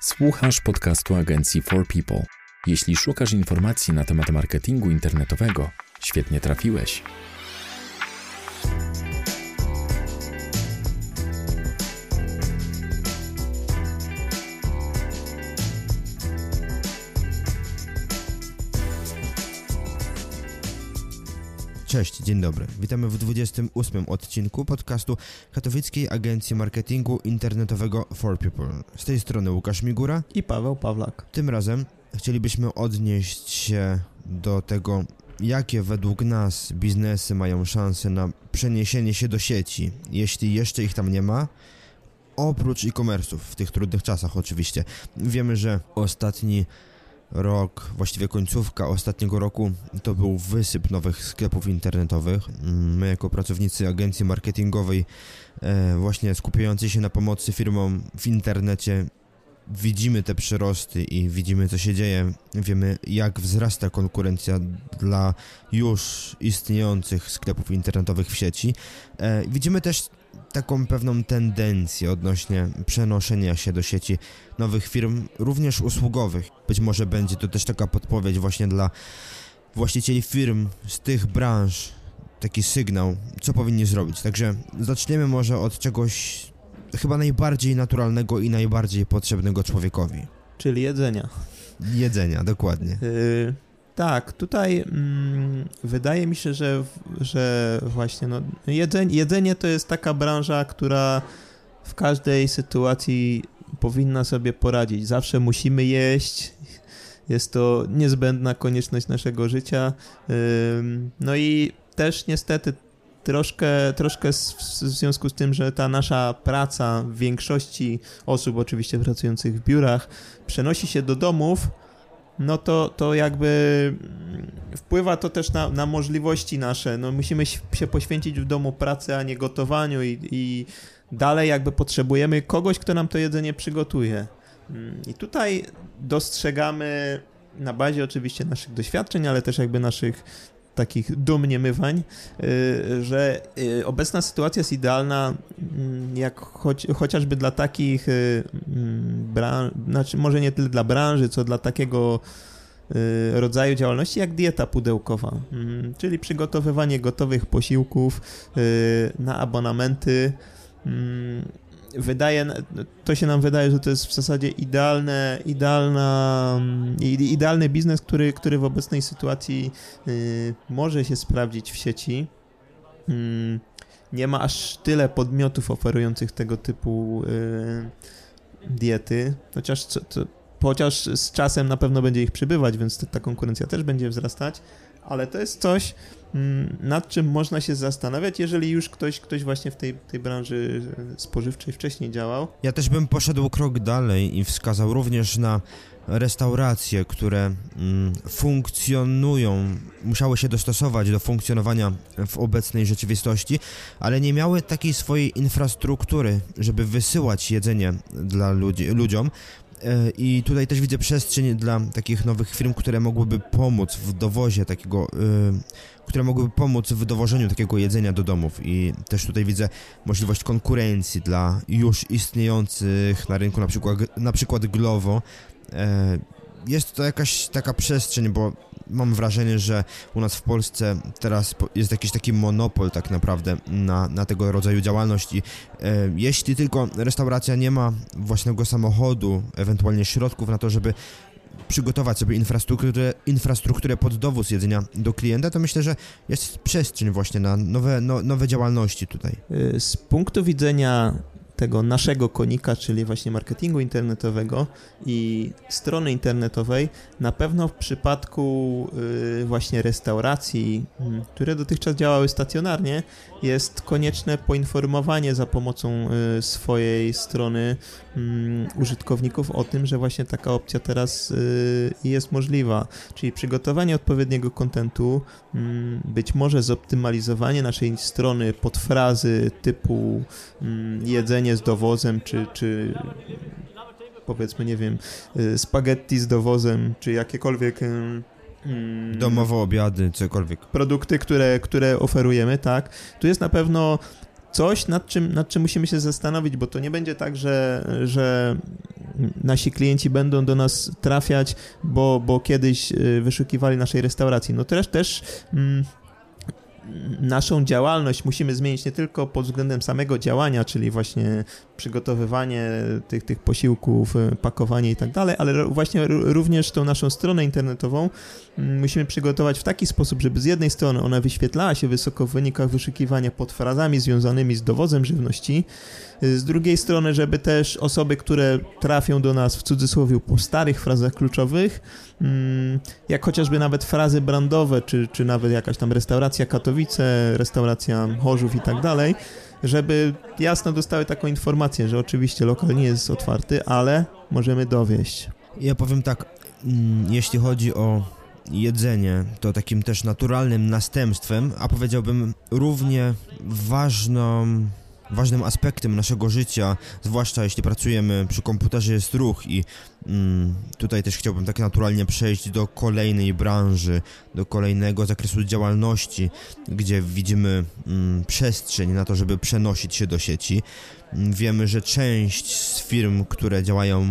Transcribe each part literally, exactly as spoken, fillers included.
Słuchasz podcastu agencji For People. Jeśli szukasz informacji na temat marketingu internetowego, świetnie trafiłeś. Cześć, dzień dobry. Witamy w dwudziestym ósmym odcinku podcastu katowickiej agencji marketingu internetowego For People. Z tej strony Łukasz Migura i Paweł Pawlak. Tym razem chcielibyśmy odnieść się do tego, jakie według nas biznesy mają szansę na przeniesienie się do sieci, jeśli jeszcze ich tam nie ma, oprócz e-commerce'ów, w tych trudnych czasach oczywiście. Wiemy, że ostatni rok, właściwie końcówka ostatniego roku to był wysyp nowych sklepów internetowych. My jako pracownicy agencji marketingowej e, właśnie skupiającej się na pomocy firmom w internecie widzimy te przyrosty i widzimy, co się dzieje. Wiemy, jak wzrasta konkurencja dla już istniejących sklepów internetowych w sieci. E, widzimy też taką pewną tendencję odnośnie przenoszenia się do sieci nowych firm, również usługowych. Być może będzie to też taka podpowiedź właśnie dla właścicieli firm z tych branż, taki sygnał, co powinni zrobić. Także zaczniemy może od czegoś chyba najbardziej naturalnego i najbardziej potrzebnego człowiekowi. Czyli jedzenia. Jedzenia, dokładnie. Yy, tak, tutaj mm, wydaje mi się, że, że właśnie no, jedzenie, jedzenie to jest taka branża, która w każdej sytuacji powinna sobie poradzić. Zawsze musimy jeść. Jest to niezbędna konieczność naszego życia. Yy, no i też niestety Troszkę, troszkę w związku z tym, że ta nasza praca w większości osób, oczywiście pracujących w biurach, przenosi się do domów, no to, to jakby wpływa to też na, na możliwości nasze. No musimy się poświęcić w domu pracy, a nie gotowaniu i, i dalej jakby potrzebujemy kogoś, kto nam to jedzenie przygotuje. I tutaj dostrzegamy na bazie oczywiście naszych doświadczeń, ale też jakby naszych takich domniemywań, że obecna sytuacja jest idealna jak choć, chociażby dla takich branż, znaczy może nie tyle dla branży, co dla takiego rodzaju działalności jak dieta pudełkowa, czyli przygotowywanie gotowych posiłków na abonamenty. Wydaje, to się nam wydaje, że to jest w zasadzie idealne, idealna, idealny biznes, który, który w obecnej sytuacji y, może się sprawdzić w sieci. Y, nie ma aż tyle podmiotów oferujących tego typu y, diety, chociaż, co, to, chociaż z czasem na pewno będzie ich przybywać, więc ta, ta konkurencja też będzie wzrastać, ale to jest coś, nad czym można się zastanawiać, jeżeli już ktoś, ktoś właśnie w tej, tej branży spożywczej wcześniej działał. Ja też bym poszedł krok dalej i wskazał również na restauracje, które mm, funkcjonują, musiały się dostosować do funkcjonowania w obecnej rzeczywistości, ale nie miały takiej swojej infrastruktury, żeby wysyłać jedzenie dla ludzi, ludziom. I tutaj też widzę przestrzeń dla takich nowych firm, które mogłyby pomóc w dowozie takiego, yy, które mogłyby pomóc w dowożeniu takiego jedzenia do domów i też tutaj widzę możliwość konkurencji dla już istniejących na rynku, na przykład, na przykład Glovo. Yy, jest to jakaś taka przestrzeń, bo mam wrażenie, że u nas w Polsce teraz jest jakiś taki monopol tak naprawdę na, na tego rodzaju działalność i e, jeśli tylko restauracja nie ma własnego samochodu, ewentualnie środków na to, żeby przygotować sobie infrastrukturę, infrastrukturę pod dowóz jedzenia do klienta, to myślę, że jest przestrzeń właśnie na nowe, no, nowe działalności tutaj. Z punktu widzenia tego naszego konika, czyli właśnie marketingu internetowego i strony internetowej, na pewno w przypadku y, właśnie restauracji, y, które dotychczas działały stacjonarnie, jest konieczne poinformowanie za pomocą y, swojej strony y, użytkowników o tym, że właśnie taka opcja teraz y, jest możliwa, czyli przygotowanie odpowiedniego kontentu, y, być może zoptymalizowanie naszej strony pod frazy typu y, jedzenie z dowozem, czy, czy powiedzmy, nie wiem, spaghetti z dowozem, czy jakiekolwiek mm, domowe obiady, cokolwiek. Produkty, które, które oferujemy, tak. Tu jest na pewno coś, nad czym, nad czym musimy się zastanowić, bo to nie będzie tak, że, że nasi klienci będą do nas trafiać, bo, bo kiedyś wyszukiwali naszej restauracji. No też też mm, naszą działalność musimy zmienić nie tylko pod względem samego działania, czyli właśnie przygotowywanie tych, tych posiłków, pakowanie i tak dalej, ale właśnie również tą naszą stronę internetową musimy przygotować w taki sposób, żeby z jednej strony ona wyświetlała się wysoko w wynikach wyszukiwania pod frazami związanymi z dowozem żywności, z drugiej strony, żeby też osoby, które trafią do nas w cudzysłowie po starych frazach kluczowych, jak chociażby nawet frazy brandowe, czy, czy nawet jakaś tam restauracja Katowice, restauracja Chorzów i tak dalej, żeby jasno dostały taką informację, że oczywiście lokal nie jest otwarty, ale możemy dowieść. Ja powiem tak, jeśli chodzi o jedzenie, to takim też naturalnym następstwem, a powiedziałbym równie ważną, ważnym aspektem naszego życia, zwłaszcza jeśli pracujemy przy komputerze, jest ruch i mm, tutaj też chciałbym tak naturalnie przejść do kolejnej branży, do kolejnego zakresu działalności, gdzie widzimy mm, przestrzeń na to, żeby przenosić się do sieci. Wiemy, że część z firm, które działają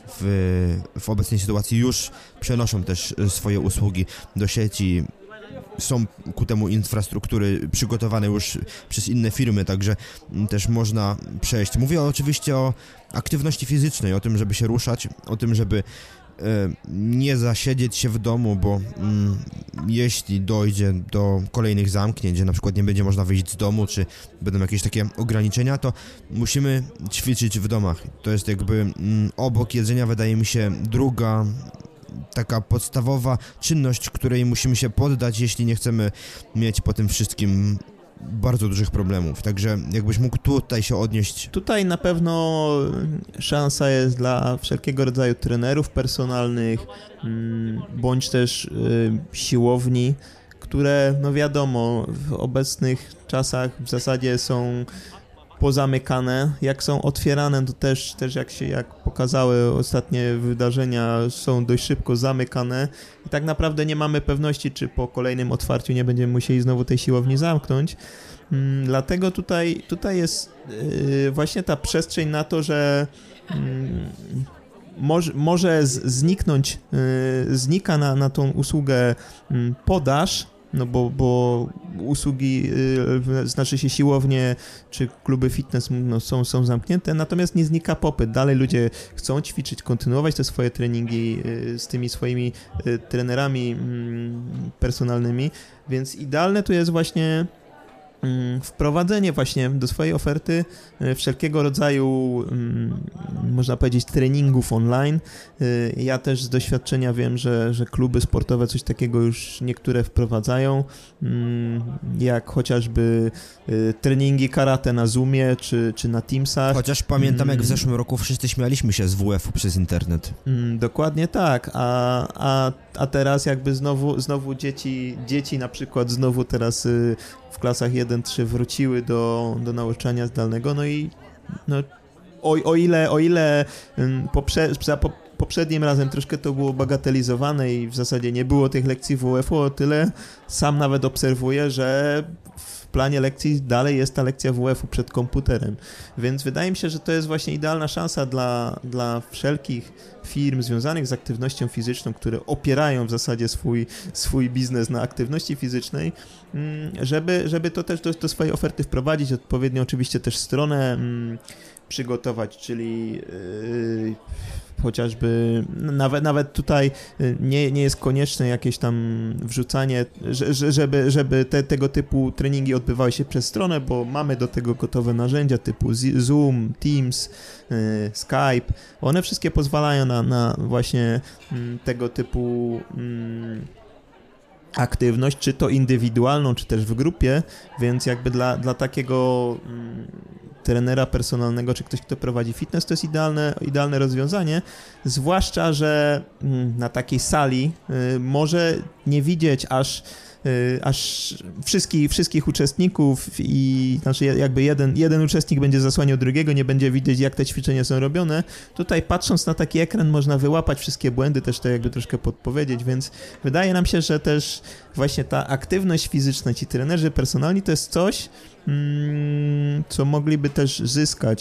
w, w obecnej sytuacji, już przenoszą też swoje usługi do sieci. Są ku temu infrastruktury przygotowane już przez inne firmy, także też można przejść. Mówię oczywiście o aktywności fizycznej, o tym, żeby się ruszać, o tym, żeby e, nie zasiedzieć się w domu, bo mm, jeśli dojdzie do kolejnych zamknięć, gdzie na przykład nie będzie można wyjść z domu, czy będą jakieś takie ograniczenia, to musimy ćwiczyć w domach. To jest jakby mm, obok jedzenia, wydaje mi się, druga taka podstawowa czynność, której musimy się poddać, jeśli nie chcemy mieć po tym wszystkim bardzo dużych problemów. Także jakbyś mógł tutaj się odnieść. Tutaj na pewno szansa jest dla wszelkiego rodzaju trenerów personalnych, bądź też siłowni, które, no wiadomo, w obecnych czasach w zasadzie są pozamykane. Jak są otwierane, to też, też jak się, jak pokazały ostatnie wydarzenia, są dość szybko zamykane i tak naprawdę nie mamy pewności, czy po kolejnym otwarciu nie będziemy musieli znowu tej siłowni zamknąć. Hmm, dlatego tutaj, tutaj jest yy, właśnie ta przestrzeń na to, że yy, może, może z, zniknąć, yy, znika na, na tą usługę yy, podaż, no bo, bo usługi, yy, znaczy się siłownie czy kluby fitness no, są, są zamknięte, natomiast nie znika popyt. Dalej ludzie chcą ćwiczyć, kontynuować te swoje treningi yy, z tymi swoimi yy, trenerami yy, personalnymi, więc idealne tu jest właśnie wprowadzenie właśnie do swojej oferty wszelkiego rodzaju, można powiedzieć, treningów online. Ja też z doświadczenia wiem, że, że kluby sportowe coś takiego już niektóre wprowadzają, jak chociażby treningi karate na Zoomie czy, czy na Teamsach. Chociaż pamiętam, jak w zeszłym roku wszyscy śmialiśmy się z W F u przez internet. Dokładnie tak, a, a, a teraz jakby znowu, znowu dzieci, dzieci na przykład znowu teraz w klasach jeden trzy wróciły do, do nauczania zdalnego, no i no, o, o ile, o ile poprze, za po, poprzednim razem troszkę to było bagatelizowane i w zasadzie nie było tych lekcji W F u, o tyle sam nawet obserwuję, że w planie lekcji dalej jest ta lekcja W F u przed komputerem, więc wydaje mi się, że to jest właśnie idealna szansa dla, dla wszelkich firm związanych z aktywnością fizyczną, które opierają w zasadzie swój, swój biznes na aktywności fizycznej, żeby, żeby to też do, do swojej oferty wprowadzić, odpowiednio oczywiście też stronę mm, przygotować, czyli yy, chociażby nawet, nawet tutaj nie, nie jest konieczne jakieś tam wrzucanie, że, żeby, żeby te, tego typu treningi odbywały się przez stronę, bo mamy do tego gotowe narzędzia typu Zoom, Teams, yy, Skype. One wszystkie pozwalają na, na właśnie yy, tego typu yy, aktywność, czy to indywidualną, czy też w grupie, więc jakby dla, dla takiego mm, trenera personalnego, czy ktoś, kto prowadzi fitness, to jest idealne, idealne rozwiązanie, zwłaszcza, że mm, na takiej sali y, może nie widzieć aż aż wszystkich, wszystkich uczestników i znaczy jakby jeden, jeden uczestnik będzie zasłaniał drugiego, nie będzie widzieć, jak te ćwiczenia są robione. Tutaj patrząc na taki ekran można wyłapać wszystkie błędy, też to jakby troszkę podpowiedzieć, więc wydaje nam się, że też właśnie ta aktywność fizyczna, ci trenerzy personalni to jest coś, mm, co mogliby też zyskać i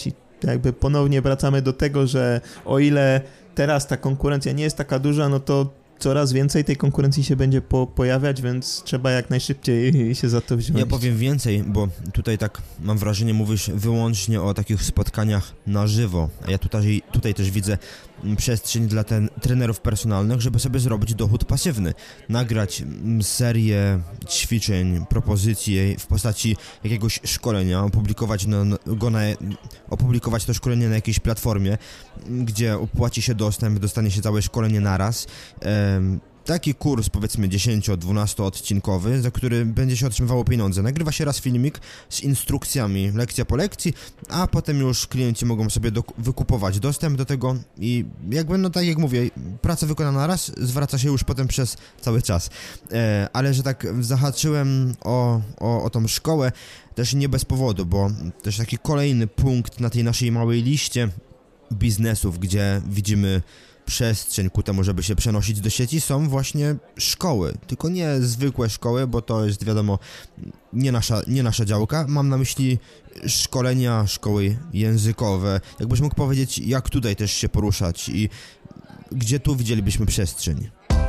jakby ponownie wracamy do tego, że o ile teraz ta konkurencja nie jest taka duża, no to coraz więcej tej konkurencji się będzie po, pojawiać, więc trzeba jak najszybciej się za to wziąć. Ja powiem więcej, bo tutaj tak mam wrażenie, mówisz wyłącznie o takich spotkaniach na żywo, a ja tutaj, tutaj też widzę przestrzeń dla ten, trenerów personalnych, żeby sobie zrobić dochód pasywny. Nagrać serię ćwiczeń, propozycji w postaci jakiegoś szkolenia, opublikować, no, go na, opublikować to szkolenie na jakiejś platformie, gdzie opłaci się dostęp, dostanie się całe szkolenie naraz. Ehm, Taki kurs, powiedzmy dziesięcio-dwunasto odcinkowy, za który będzie się otrzymywało pieniądze. Nagrywa się raz filmik z instrukcjami, lekcja po lekcji, a potem już klienci mogą sobie do, wykupować dostęp do tego i jakby, no tak jak mówię, praca wykonana raz zwraca się już potem przez cały czas. E, ale że tak zahaczyłem o, o, o tą szkołę też nie bez powodu, bo też taki kolejny punkt na tej naszej małej liście biznesów, gdzie widzimy przestrzeń ku temu, żeby się przenosić do sieci, są właśnie szkoły. Tylko nie zwykłe szkoły, bo to jest, wiadomo, nie nasza, nie nasza działka. Mam na myśli szkolenia, szkoły językowe. Jakbyś mógł powiedzieć, jak tutaj też się poruszać i gdzie tu widzielibyśmy przestrzeń?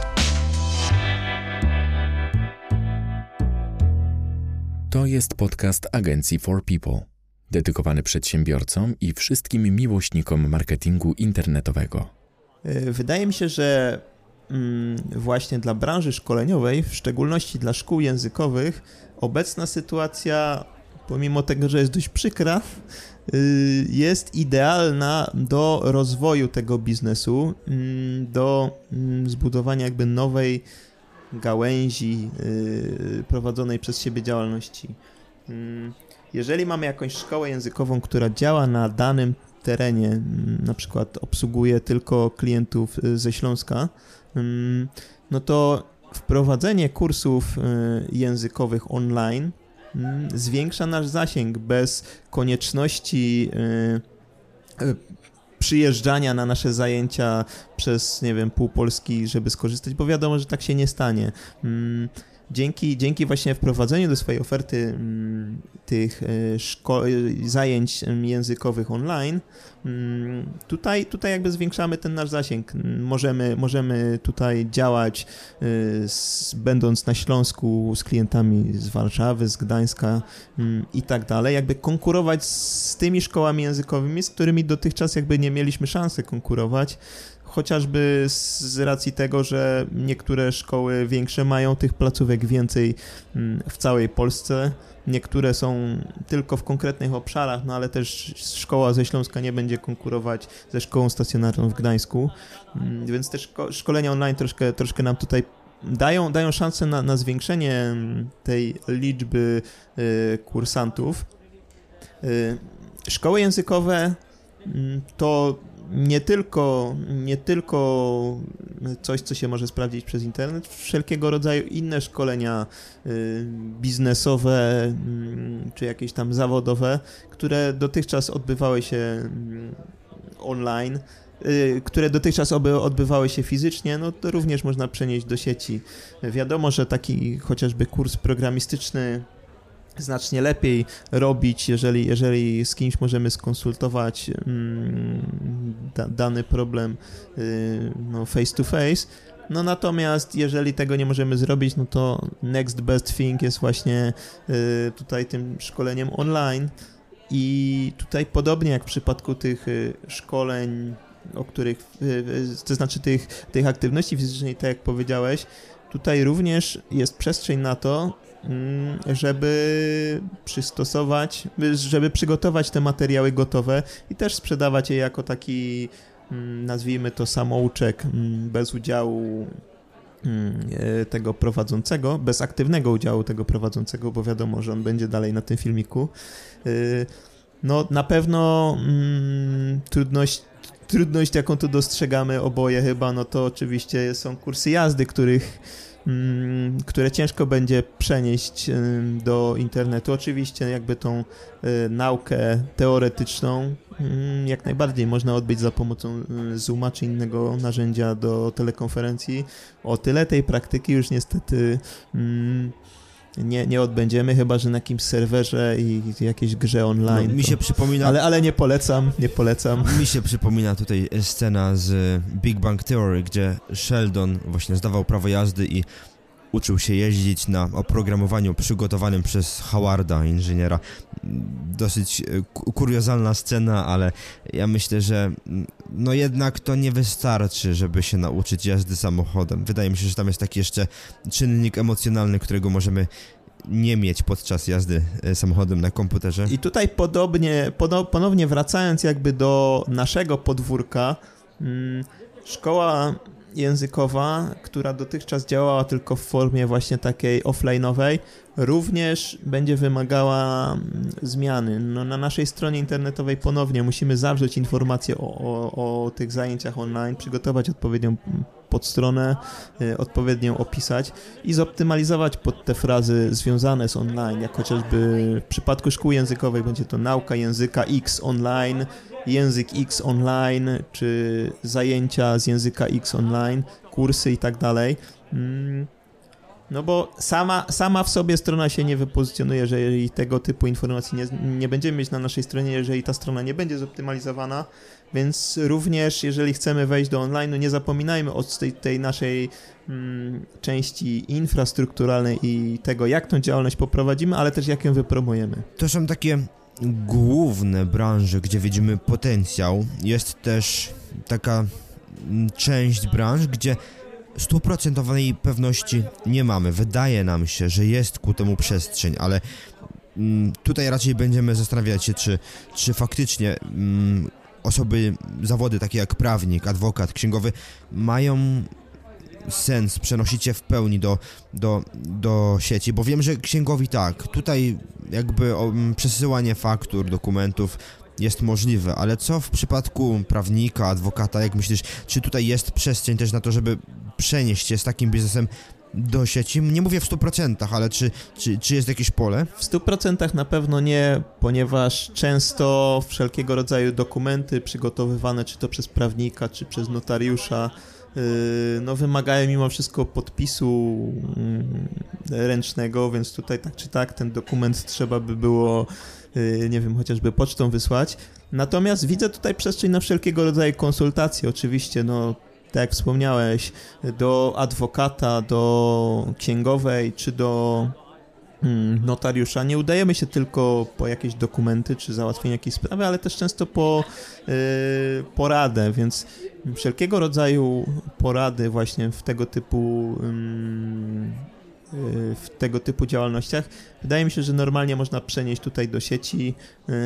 To jest podcast agencji For People, dedykowany przedsiębiorcom i wszystkim miłośnikom marketingu internetowego. Wydaje mi się, że mm, właśnie dla branży szkoleniowej, w szczególności dla szkół językowych, obecna sytuacja, pomimo tego, że jest dość przykra, y, jest idealna do rozwoju tego biznesu, y, do y, zbudowania jakby nowej gałęzi y, prowadzonej przez siebie działalności. Y, jeżeli mamy jakąś szkołę językową, która działa na danym terenie, na przykład obsługuje tylko klientów ze Śląska, no to wprowadzenie kursów językowych online zwiększa nasz zasięg bez konieczności przyjeżdżania na nasze zajęcia przez, nie wiem, pół Polski, żeby skorzystać, bo wiadomo, że tak się nie stanie. Dzięki, dzięki właśnie wprowadzeniu do swojej oferty m, tych szko- zajęć językowych online, m, tutaj, tutaj jakby zwiększamy ten nasz zasięg. Możemy, możemy tutaj działać y, z, będąc na Śląsku z klientami z Warszawy, z Gdańska m, i tak dalej, jakby konkurować z tymi szkołami językowymi, z którymi dotychczas jakby nie mieliśmy szansy konkurować. Chociażby z racji tego, że niektóre szkoły większe mają tych placówek więcej w całej Polsce, niektóre są tylko w konkretnych obszarach, no ale też szkoła ze Śląska nie będzie konkurować ze szkołą stacjonarną w Gdańsku, więc te szko- szkolenia online troszkę, troszkę nam tutaj dają, dają szansę na, na zwiększenie tej liczby y, kursantów. Y, szkoły językowe y, to nie tylko, nie tylko coś, co się może sprawdzić przez internet, wszelkiego rodzaju inne szkolenia y, biznesowe y, czy jakieś tam zawodowe, które dotychczas odbywały się y, online, y, które dotychczas oby odbywały się fizycznie, no to również można przenieść do sieci. Wiadomo, że taki chociażby kurs programistyczny znacznie lepiej robić, jeżeli, jeżeli z kimś możemy skonsultować mm, da, dany problem y, no, face to face. No natomiast jeżeli tego nie możemy zrobić, no to next best thing jest właśnie y, tutaj tym szkoleniem online i tutaj podobnie jak w przypadku tych y, szkoleń, o których, y, y, to znaczy tych, tych aktywności fizycznej, tak jak powiedziałeś, tutaj również jest przestrzeń na to, żeby przystosować, żeby przygotować te materiały gotowe i też sprzedawać je jako taki, nazwijmy to, samouczek bez udziału tego prowadzącego, bez aktywnego udziału tego prowadzącego, bo wiadomo, że on będzie dalej na tym filmiku. No na pewno mm, trudność, trudność, jaką tu dostrzegamy oboje chyba, no to oczywiście są kursy jazdy, których które ciężko będzie przenieść do internetu. Oczywiście jakby tą naukę teoretyczną jak najbardziej można odbyć za pomocą Zooma czy innego narzędzia do telekonferencji. O tyle tej praktyki już niestety nie, nie odbędziemy, chyba że na jakimś serwerze i jakiejś grze online. No, mi się to... przypomina... Ale, ale nie polecam, nie polecam. Mi się przypomina tutaj scena z Big Bang Theory, gdzie Sheldon właśnie zdawał prawo jazdy i uczył się jeździć na oprogramowaniu przygotowanym przez Howarda, inżyniera. Dosyć kuriozalna scena, ale ja myślę, że no jednak to nie wystarczy, żeby się nauczyć jazdy samochodem. Wydaje mi się, że tam jest taki jeszcze czynnik emocjonalny, którego możemy nie mieć podczas jazdy samochodem na komputerze. I tutaj podobnie, podo, ponownie wracając jakby do naszego podwórka, hmm, szkoła językowa, która dotychczas działała tylko w formie właśnie takiej offline'owej, również będzie wymagała zmiany. No, na naszej stronie internetowej ponownie musimy zawrzeć informacje o, o, o tych zajęciach online, przygotować odpowiednią podstronę, y, odpowiednio opisać i zoptymalizować pod te frazy związane z online, jak chociażby w przypadku szkół językowych będzie to nauka języka X online, język X online, czy zajęcia z języka X online, kursy i tak dalej. No bo sama, sama w sobie strona się nie wypozycjonuje, że jeżeli tego typu informacji nie, nie będziemy mieć na naszej stronie, jeżeli ta strona nie będzie zoptymalizowana, więc również jeżeli chcemy wejść do online'u, nie zapominajmy o tej, tej naszej mm, części infrastrukturalnej i tego, jak tą działalność poprowadzimy, ale też jak ją wypromujemy. To są takie główne branże, gdzie widzimy potencjał. Jest też taka część branż, gdzie stuprocentowej pewności nie mamy. Wydaje nam się, że jest ku temu przestrzeń, ale mm, tutaj raczej będziemy zastanawiać się, czy, czy faktycznie mm, osoby, zawody takie jak prawnik, adwokat, księgowy mają sens przenosić je w pełni do, do, do sieci, bo wiem, że księgowi tak, tutaj jakby o, przesyłanie faktur, dokumentów jest możliwe, ale co w przypadku prawnika, adwokata, jak myślisz, czy tutaj jest przestrzeń też na to, żeby przenieść się z takim biznesem do sieci? Nie mówię w stu procentach, ale czy, czy, czy jest jakieś pole? W stu procentach na pewno nie, ponieważ często wszelkiego rodzaju dokumenty przygotowywane czy to przez prawnika, czy przez notariusza no wymagają mimo wszystko podpisu ręcznego, więc tutaj tak czy tak ten dokument trzeba by było, nie wiem, chociażby pocztą wysłać. Natomiast widzę tutaj przestrzeń na wszelkiego rodzaju konsultacje, oczywiście, no tak jak wspomniałeś, do adwokata, do księgowej czy do notariusza. Nie udajemy się tylko po jakieś dokumenty czy załatwienie jakiejś sprawy, ale też często po yy, poradę, więc wszelkiego rodzaju porady właśnie w tego typu yy, w tego typu działalnościach wydaje mi się, że normalnie można przenieść tutaj do sieci yy,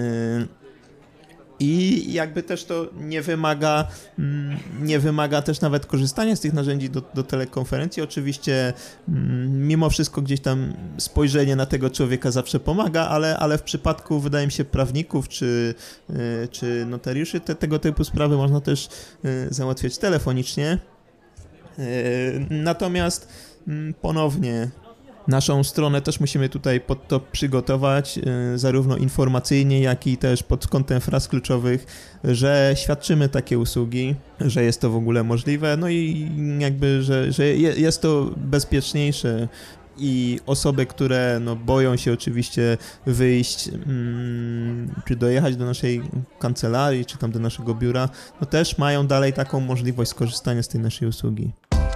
i jakby też to nie wymaga, nie wymaga też nawet korzystania z tych narzędzi do, do telekonferencji. Oczywiście mimo wszystko gdzieś tam spojrzenie na tego człowieka zawsze pomaga, ale, ale w przypadku wydaje mi się prawników czy, czy notariuszy te, tego typu sprawy można też załatwiać telefonicznie. Natomiast ponownie naszą stronę też musimy tutaj pod to przygotować, zarówno informacyjnie, jak i też pod kątem fraz kluczowych, że świadczymy takie usługi, że jest to w ogóle możliwe, no i jakby, że, że jest to bezpieczniejsze i osoby, które no, boją się oczywiście wyjść, mm, czy dojechać do naszej kancelarii, czy tam do naszego biura, no też mają dalej taką możliwość skorzystania z tej naszej usługi.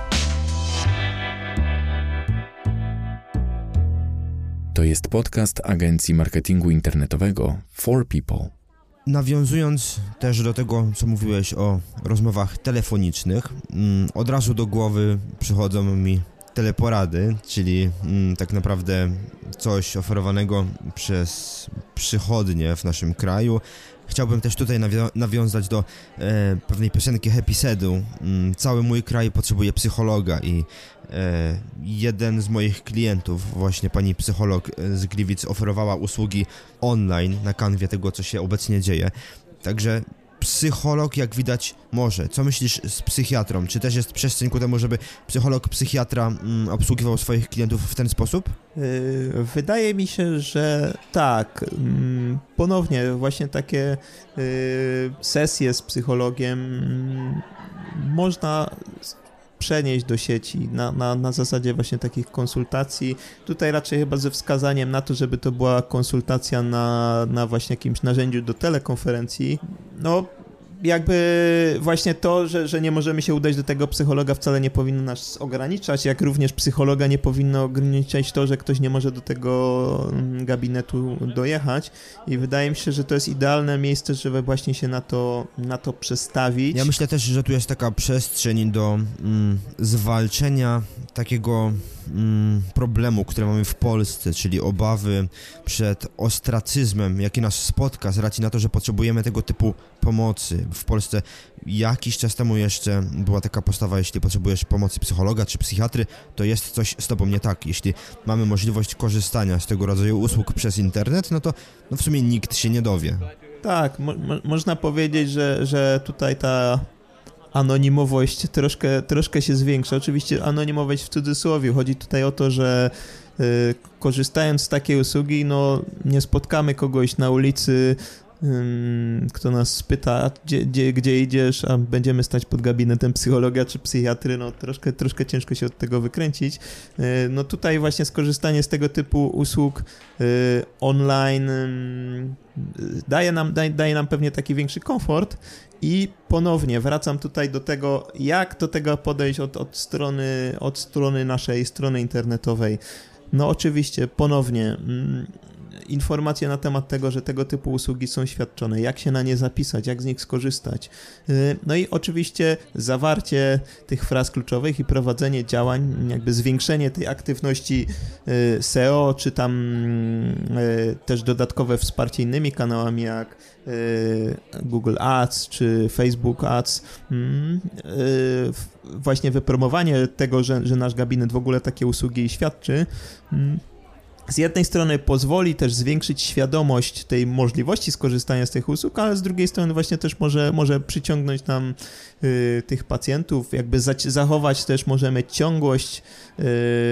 To jest podcast agencji marketingu internetowego For People. Nawiązując też do tego, co mówiłeś o rozmowach telefonicznych, od razu do głowy przychodzą mi teleporady, czyli tak naprawdę coś oferowanego przez przychodnie w naszym kraju. Chciałbym też tutaj nawią- nawiązać do e, pewnej piosenki Happy Sedu. Mm, cały mój kraj potrzebuje psychologa i e, jeden z moich klientów, właśnie pani psycholog z Gliwic, oferowała usługi online na kanwie tego, co się obecnie dzieje. Także psycholog, jak widać, może. Co myślisz z psychiatrą? Czy też jest przestrzeń ku temu, żeby psycholog, psychiatra mm, obsługiwał swoich klientów w ten sposób? Yy, wydaje mi się, że tak. Yy, ponownie właśnie takie yy, sesje z psychologiem yy, można przenieść do sieci na, na, na zasadzie właśnie takich konsultacji. Tutaj raczej chyba ze wskazaniem na to, żeby to była konsultacja na, na właśnie jakimś narzędziu do telekonferencji. No jakby właśnie to, że, że nie możemy się udać do tego psychologa, wcale nie powinno nas ograniczać, jak również psychologa nie powinno ograniczać to, że ktoś nie może do tego gabinetu dojechać i wydaje mi się, że to jest idealne miejsce, żeby właśnie się na to, na to przestawić. Ja myślę też, że tu jest taka przestrzeń do mm, zwalczenia takiego mm, problemu, który mamy w Polsce, czyli obawy przed ostracyzmem, jaki nas spotka z racji na to, że potrzebujemy tego typu pomocy. W Polsce jakiś czas temu jeszcze była taka postawa, jeśli potrzebujesz pomocy psychologa czy psychiatry, to jest coś z tobą nie tak. Jeśli mamy możliwość korzystania z tego rodzaju usług przez internet, no to no w sumie nikt się nie dowie. Tak, mo- mo- można powiedzieć, że, że tutaj ta anonimowość troszkę, troszkę się zwiększa. Oczywiście anonimowość w cudzysłowie. Chodzi tutaj o to, że y, korzystając z takiej usługi, no nie spotkamy kogoś na ulicy, kto nas spyta, gdzie, gdzie, gdzie idziesz, a będziemy stać pod gabinetem psychologa czy psychiatry, no troszkę, troszkę ciężko się od tego wykręcić. No tutaj właśnie skorzystanie z tego typu usług online daje nam, daje, daje nam pewnie taki większy komfort i ponownie wracam tutaj do tego, jak do tego podejść od, od strony, od strony naszej strony internetowej. No oczywiście, ponownie informacje na temat tego, że tego typu usługi są świadczone, jak się na nie zapisać, jak z nich skorzystać. No i oczywiście zawarcie tych fraz kluczowych i prowadzenie działań, jakby zwiększenie tej aktywności S E O, czy tam też dodatkowe wsparcie innymi kanałami jak Google Ads czy Facebook Ads, właśnie wypromowanie tego, że, że nasz gabinet w ogóle takie usługi świadczy, z jednej strony pozwoli też zwiększyć świadomość tej możliwości skorzystania z tych usług, ale z drugiej strony właśnie też może, może przyciągnąć nam y, tych pacjentów, jakby za, zachować też możemy ciągłość y,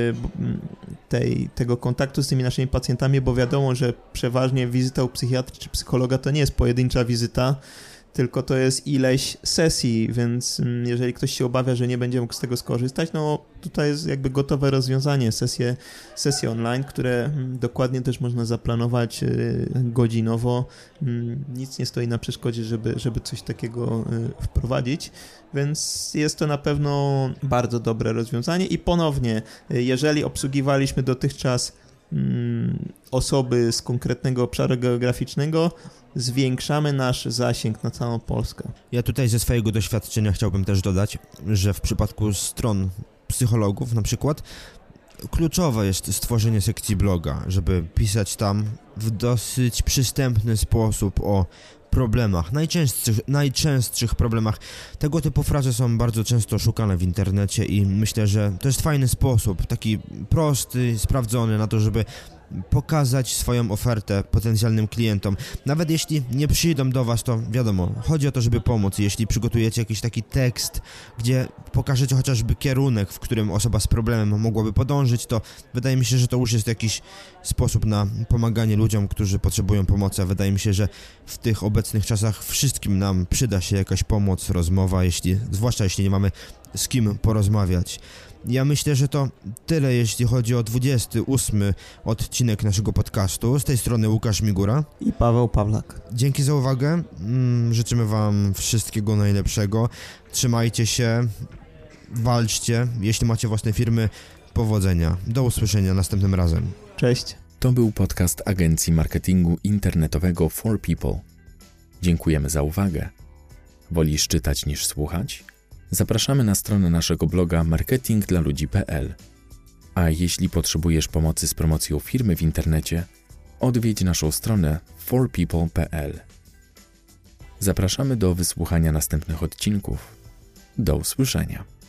tej, tego kontaktu z tymi naszymi pacjentami, bo wiadomo, że przeważnie wizyta u psychiatry czy psychologa to nie jest pojedyncza wizyta, tylko to jest ileś sesji, więc jeżeli ktoś się obawia, że nie będzie mógł z tego skorzystać, no tutaj jest jakby gotowe rozwiązanie, sesje, sesje online, które dokładnie też można zaplanować godzinowo. Nic nie stoi na przeszkodzie, żeby, żeby coś takiego wprowadzić, więc jest to na pewno bardzo dobre rozwiązanie i ponownie, jeżeli obsługiwaliśmy dotychczas osoby z konkretnego obszaru geograficznego, zwiększamy nasz zasięg na całą Polskę. Ja tutaj ze swojego doświadczenia chciałbym też dodać, że w przypadku stron psychologów na przykład kluczowe jest stworzenie sekcji bloga, żeby pisać tam w dosyć przystępny sposób o problemach, najczęstszych, najczęstszych problemach. Tego typu frazy są bardzo często szukane w internecie i myślę, że to jest fajny sposób, taki prosty, sprawdzony na to, żeby pokazać swoją ofertę potencjalnym klientom. Nawet jeśli nie przyjdą do was, to wiadomo, chodzi o to, żeby pomóc. Jeśli przygotujecie jakiś taki tekst, gdzie pokażecie chociażby kierunek, w którym osoba z problemem mogłaby podążyć, to wydaje mi się, że to już jest jakiś sposób na pomaganie ludziom, którzy potrzebują pomocy. A wydaje mi się, że w tych obecnych czasach wszystkim nam przyda się jakaś pomoc, rozmowa, jeśli, zwłaszcza jeśli nie mamy z kim porozmawiać. Ja myślę, że to tyle, jeśli chodzi o dwudziesty ósmy odcinek naszego podcastu. Z tej strony Łukasz Migura i Paweł Pawlak. Dzięki za uwagę. Życzymy wam wszystkiego najlepszego. Trzymajcie się, walczcie. Jeśli macie własne firmy, powodzenia. Do usłyszenia następnym razem. Cześć. To był podcast agencji marketingu internetowego For People. Dziękujemy za uwagę. Wolisz czytać niż słuchać? Zapraszamy na stronę naszego bloga marketing dla ludzi kropka p l. A jeśli potrzebujesz pomocy z promocją firmy w internecie, odwiedź naszą stronę for people kropka p l. Zapraszamy do wysłuchania następnych odcinków. Do usłyszenia.